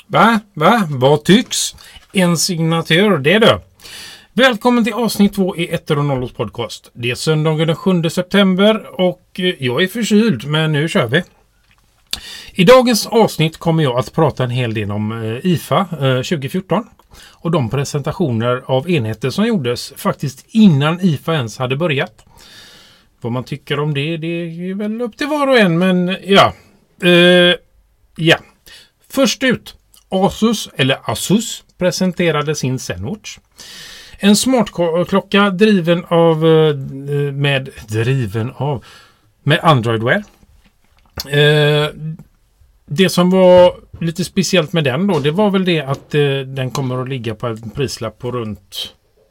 Va? Vad tycks? En signatur, det är det. Välkommen till avsnitt 2 i 100 podcast. Det är söndagen den 7 september och jag är förkyld, men nu kör vi. I dagens avsnitt kommer jag att prata en hel del om IFA 2014 och de presentationer av enheter som gjordes faktiskt innan IFA ens hade börjat. Vad man tycker om det är väl upp till var och en, men ja. Först ut, Asus presenterade sin ZenWatch. En smartklocka driven med Android Wear. Det som var lite speciellt med den då, det var väl det att den kommer att ligga på en prislapp på runt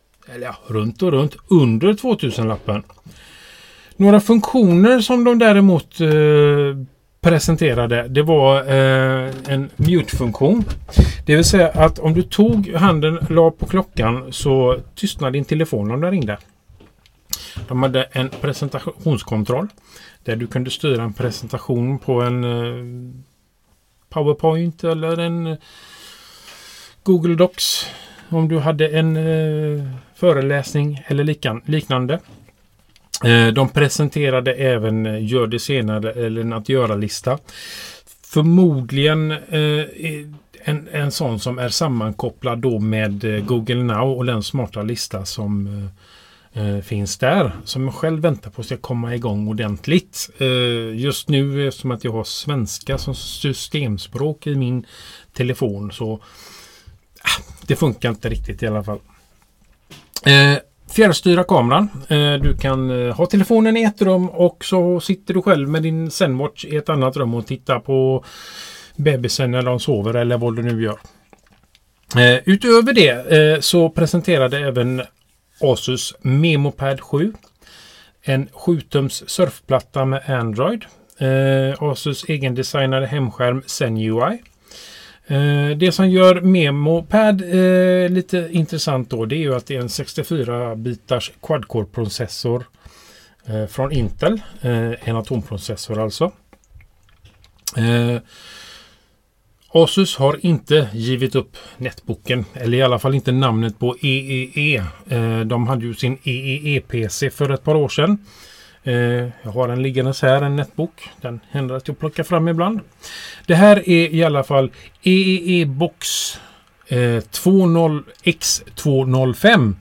under 2000-lappen. Några funktioner som de däremot presenterade, det var en mute-funktion. Det vill säga att om du tog handen, la på klockan, så tystnade din telefon om den ringde. De hade en presentationskontroll där du kunde styra en presentation på en PowerPoint eller en Google Docs om du hade en föreläsning eller liknande. De presenterade även gör det senare eller en att göra-lista. Förmodligen en sån som är sammankopplad då med Google Now och den smarta lista som finns där. Som jag själv väntar på ska komma igång ordentligt. Just nu, eftersom att jag har svenska som systemspråk i min telefon, så det funkar inte riktigt i alla fall. Fjärrstyra kameran. Du kan ha telefonen i ett rum och så sitter du själv med din ZenWatch i ett annat rum och tittar på bebisen när de sover eller vad du nu gör. Utöver det så presenterade även Asus MemoPad 7. En 7-tums surfplatta med Android. Asus egendesignade hemskärm ZenUI. Det som gör MemoPad lite intressant då, det är ju att det är en 64-bitars quad-core-processor från Intel. En atomprocessor alltså. Asus har inte givit upp netbooken, eller i alla fall inte namnet på EEE. De hade ju sin EEE-PC för ett par år sedan. Jag har en liggandes här, en netbook. Den händer att jag plockar fram ibland. Det här är i alla fall EEE Box 20X205.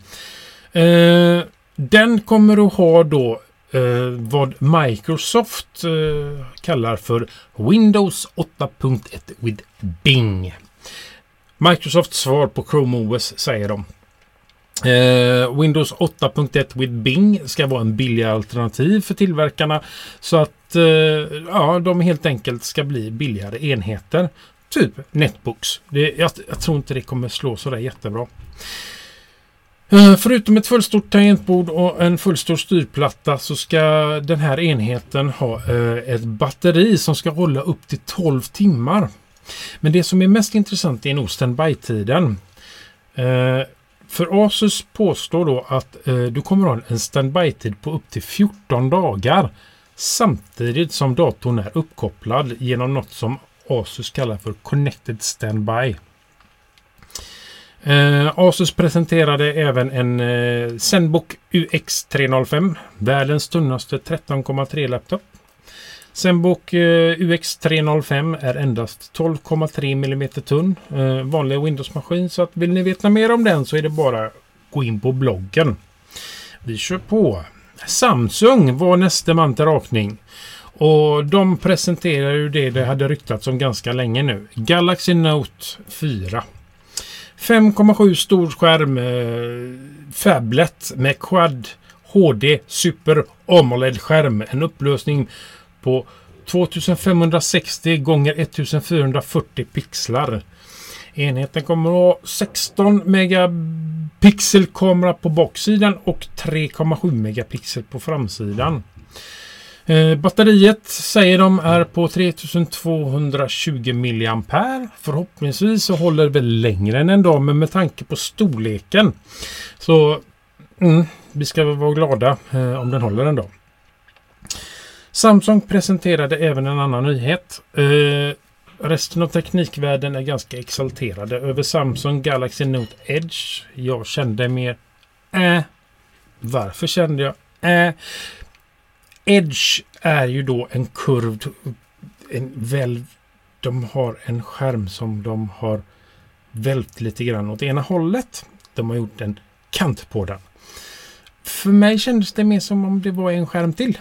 Den kommer att ha då vad Microsoft kallar för Windows 8.1 with Bing. Microsofts svar på Chrome OS, säger de. Windows 8.1 with Bing ska vara en billig alternativ för tillverkarna, så att de helt enkelt ska bli billigare enheter, typ netbooks. Jag tror inte det kommer slå så där jättebra. Förutom ett fullstort tangentbord och en fullstor styrplatta så ska den här enheten ha ett batteri som ska hålla upp till 12 timmar. Men det som är mest intressant är nog standby-tiden. För Asus påstår då att du kommer ha en standby-tid på upp till 14 dagar samtidigt som datorn är uppkopplad genom något som Asus kallar för Connected Standby. Asus presenterade även en ZenBook UX305, världens tunnaste 13,3 laptop. ZenBook UX305 är endast 12,3 mm tunn, vanlig Windows-maskin, så att vill ni veta mer om den så är det bara att gå in på bloggen. Vi kör på. Samsung var nästa man till rakning. Och de presenterar ju det hade ryktats om ganska länge nu. Galaxy Note 4. 5,7 stor skärm phablet med Quad HD Super AMOLED-skärm. En upplösning på 2560 x 1440 pixlar. Enheten kommer att ha 16 megapixel kamera på baksidan och 3,7 megapixel på framsidan. Batteriet säger de är på 3220 mAh. Förhoppningsvis så håller det väl längre än en dag, men med tanke på storleken så vi ska vara glada om den håller en dag. Samsung presenterade även en annan nyhet. resten av teknikvärlden är ganska exalterade över Samsung Galaxy Note Edge. Jag kände mer Varför kände jag Edge är ju då en kurvd de har en skärm som de har vält lite grann åt ena hållet. De har gjort en kant på den. För mig kändes det mer som om det var en skärm till.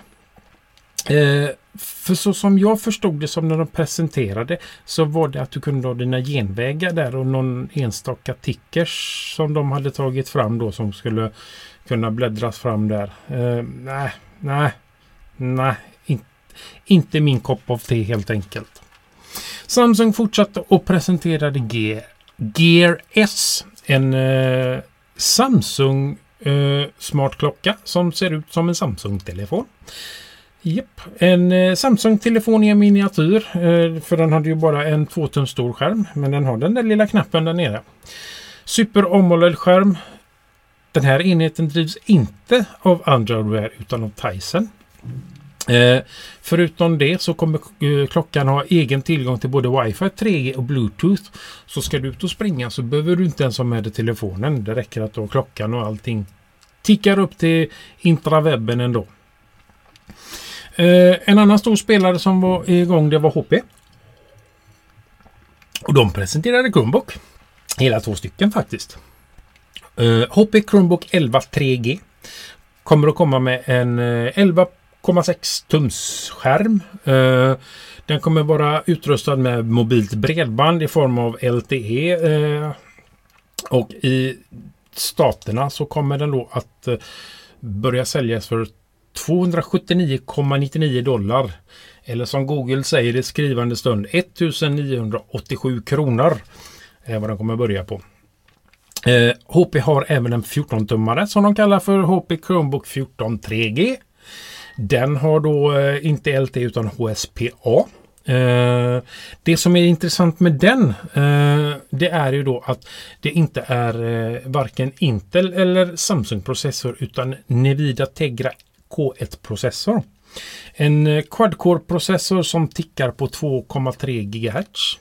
För så som jag förstod det som när de presenterade så var det att du kunde ha dina genvägar där och någon enstaka tickers som de hade tagit fram då som skulle kunna bläddras fram där. Nej, inte min kopp av te helt enkelt. Samsung fortsatte och presenterade Gear S, en Samsung smartklocka som ser ut som en Samsung-telefon. Japp, en Samsung-telefon i en miniatyr, för den hade ju bara en 2 tum stor skärm, men den har den där lilla knappen där nere. Super AMOLED-skärm. Den här enheten drivs inte av Android Wear utan av Tizen. Förutom det så kommer klockan ha egen tillgång till både Wi-Fi, 3G och Bluetooth. Så ska du ut och springa så behöver du inte ens ha med dig telefonen. Det räcker att då klockan och allting tickar upp till intrawebben ändå. En annan stor spelare som var igång, det var HP. Och de presenterade Chromebook. Hela 2 stycken faktiskt. HP Chromebook 11 3G kommer att komma med en 11,6 tums skärm. Den kommer vara utrustad med mobilt bredband i form av LTE. Och i staterna så kommer den då att börja säljas för $279,99. Eller som Google säger i skrivande stund 1987 kronor är vad den kommer börja på. HP har även en 14-tummare som de kallar för HP Chromebook 14 3G. Den har då inte LTE utan HSPA. Det som är intressant med den det är ju då att det inte är varken Intel eller Samsung-processor utan Nvidia Tegra K1-processor. En quad-core-processor som tickar på 2,3 GHz.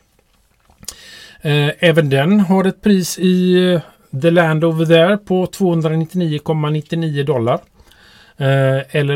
Även den har ett pris i The Land Over There på $299,99. Eller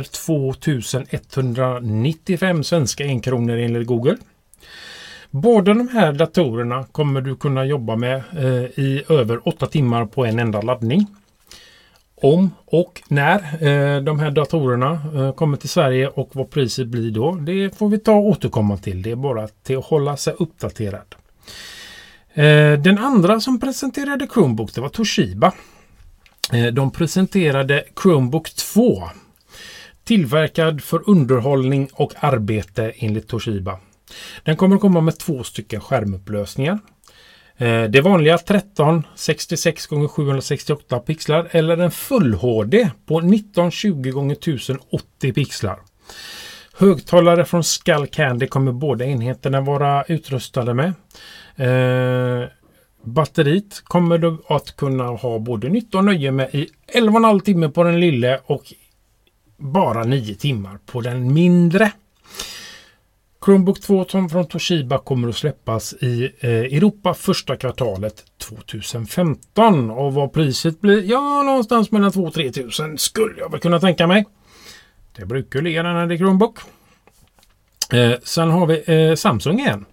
2195 svenska 1 kronor enligt Google. Båda de här datorerna kommer du kunna jobba med i över 8 timmar på en enda laddning. Om och när de här datorerna kommer till Sverige och vad priset blir då, det får vi ta och återkomma till. Det är bara till att hålla sig uppdaterad. Den andra som presenterade Chromebook, det var Toshiba. De presenterade Chromebook 2. Tillverkad för underhållning och arbete enligt Toshiba. Den kommer att komma med 2 stycken skärmupplösningar. Det vanliga 1366x768 pixlar eller en Full HD på 1920x1080 pixlar. Högtalare från Skull Candy kommer båda enheterna vara utrustade med. Batteriet kommer du att kunna ha både nytta och nöje med i 11,5 timmar på den lille och bara 9 timmar på den mindre. Chromebook 2 från Toshiba kommer att släppas i Europa första kvartalet 2015. Och vad priset blir? Ja, någonstans mellan 2-3 tusen skulle jag väl kunna tänka mig. Det brukar ligga när det är Chromebook. Sen har vi Samsung igen.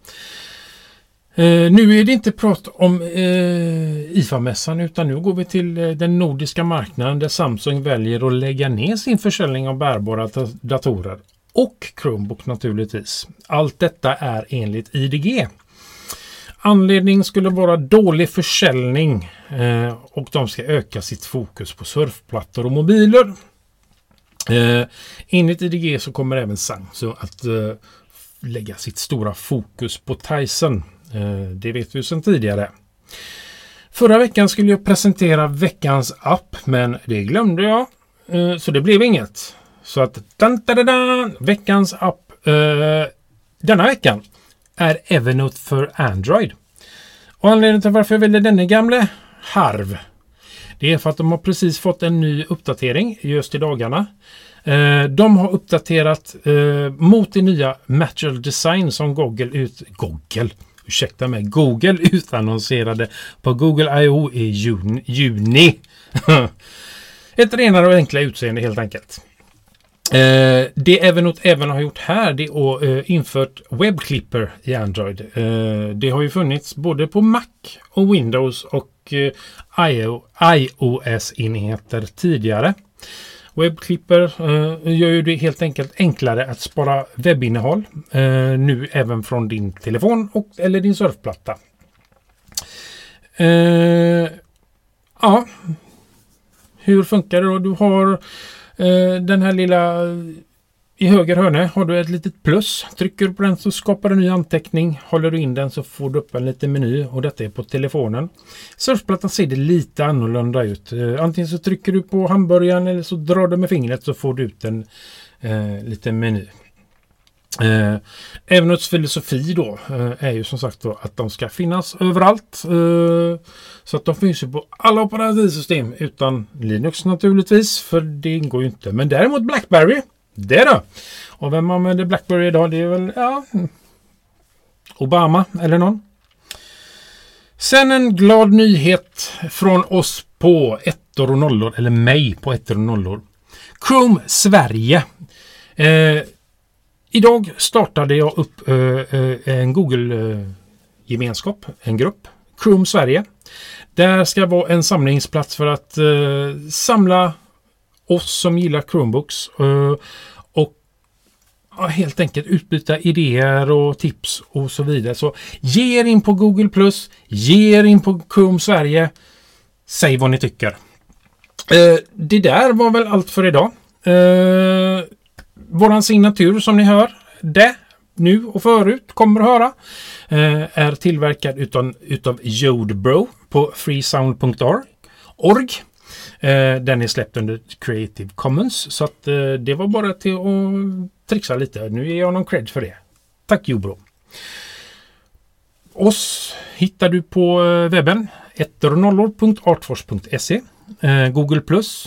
Nu är det inte prat om IFA-mässan utan nu går vi till den nordiska marknaden där Samsung väljer att lägga ner sin försäljning av bärbara datorer och Chromebook naturligtvis. Allt detta är enligt IDG. Anledningen skulle vara dålig försäljning och de ska öka sitt fokus på surfplattor och mobiler. Enligt IDG så kommer även Samsung att lägga sitt stora fokus på Tizen. Det vet vi sedan tidigare. Förra veckan skulle jag presentera veckans app men det glömde jag. Så det blev inget. Så att veckans app denna veckan är Evernote för Android. Och anledningen till varför jag väljer denna gamla harv Det är för att de har precis fått en ny uppdatering just i dagarna. De har uppdaterat mot det nya Material Design som Google utannonserade på Google I.O. i juni. Ett renare och enklare utseende helt enkelt. Det Evernote även har gjort här, det är infört Web Clipper i Android. Det har ju funnits både på Mac och Windows och iOS-enheter tidigare. Web Clipper gör ju det helt enkelt enklare att spara webbinnehåll nu även från din telefon eller din surfplatta. Ja, hur funkar det då? Du har den här lilla i höger hörne har du ett litet plus. Trycker du på den så skapar du en ny anteckning. Håller du in den så får du upp en liten meny och detta är på telefonen. Surfplattan ser det lite annorlunda ut. Antingen så trycker du på hamburgaren eller så drar du med fingret så får du ut en liten meny. Evernotes filosofi då är ju som sagt då att de ska finnas överallt. Så att de finns ju på alla operativsystem utan Linux naturligtvis, för det ingår ju inte. Men däremot BlackBerry, det då. Och vem använder BlackBerry idag? Det är väl Obama eller någon. Sen en glad nyhet från oss på ettor och nollor, eller mig på ettor och nollor. Chrome Sverige. Idag startade jag upp en Google-gemenskap, en grupp, Chrome Sverige. Där ska vara en samlingsplats för att samla oss som gillar Chromebooks och helt enkelt utbyta idéer och tips och så vidare. Så ge er in på Google+, ge er in på Chrome Sverige, säg vad ni tycker. Det där var väl allt för idag. Våran signatur som ni hör, det nu och förut kommer att höra, är tillverkad utav Jodebro på freesound.org. Den är släppt under Creative Commons, så att det var bara till att trixa lite. Nu ger jag någon cred för det. Tack Jodebro. Oss hittar du på webben ettornollor.artfors.se, Google+,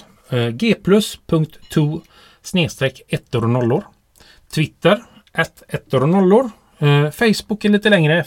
g+.to/ettornollor, Twitter @ettornollor, Facebook är lite längre,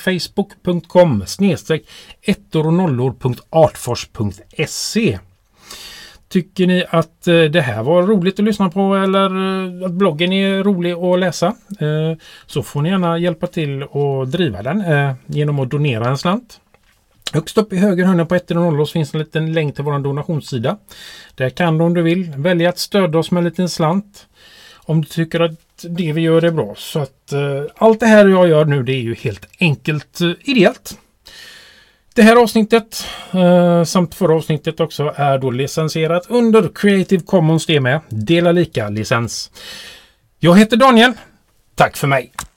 facebook.com/ettornollor.artfors.se. Tycker ni att det här var roligt att lyssna på eller att bloggen är rolig att läsa, så får ni gärna hjälpa till att driva den genom att donera en slant. Högst upp i höger hörna på ettor och nollor finns en liten länk till vår donationssida. Där kan du, om du vill, välja att stödja oss med en liten slant om du tycker att det vi gör är bra. Så att allt det här jag gör nu, det är ju helt enkelt ideellt. Det här avsnittet samt förra avsnittet också är då licensierat under Creative Commons, det med dela lika licens. Jag heter Daniel. Tack för mig.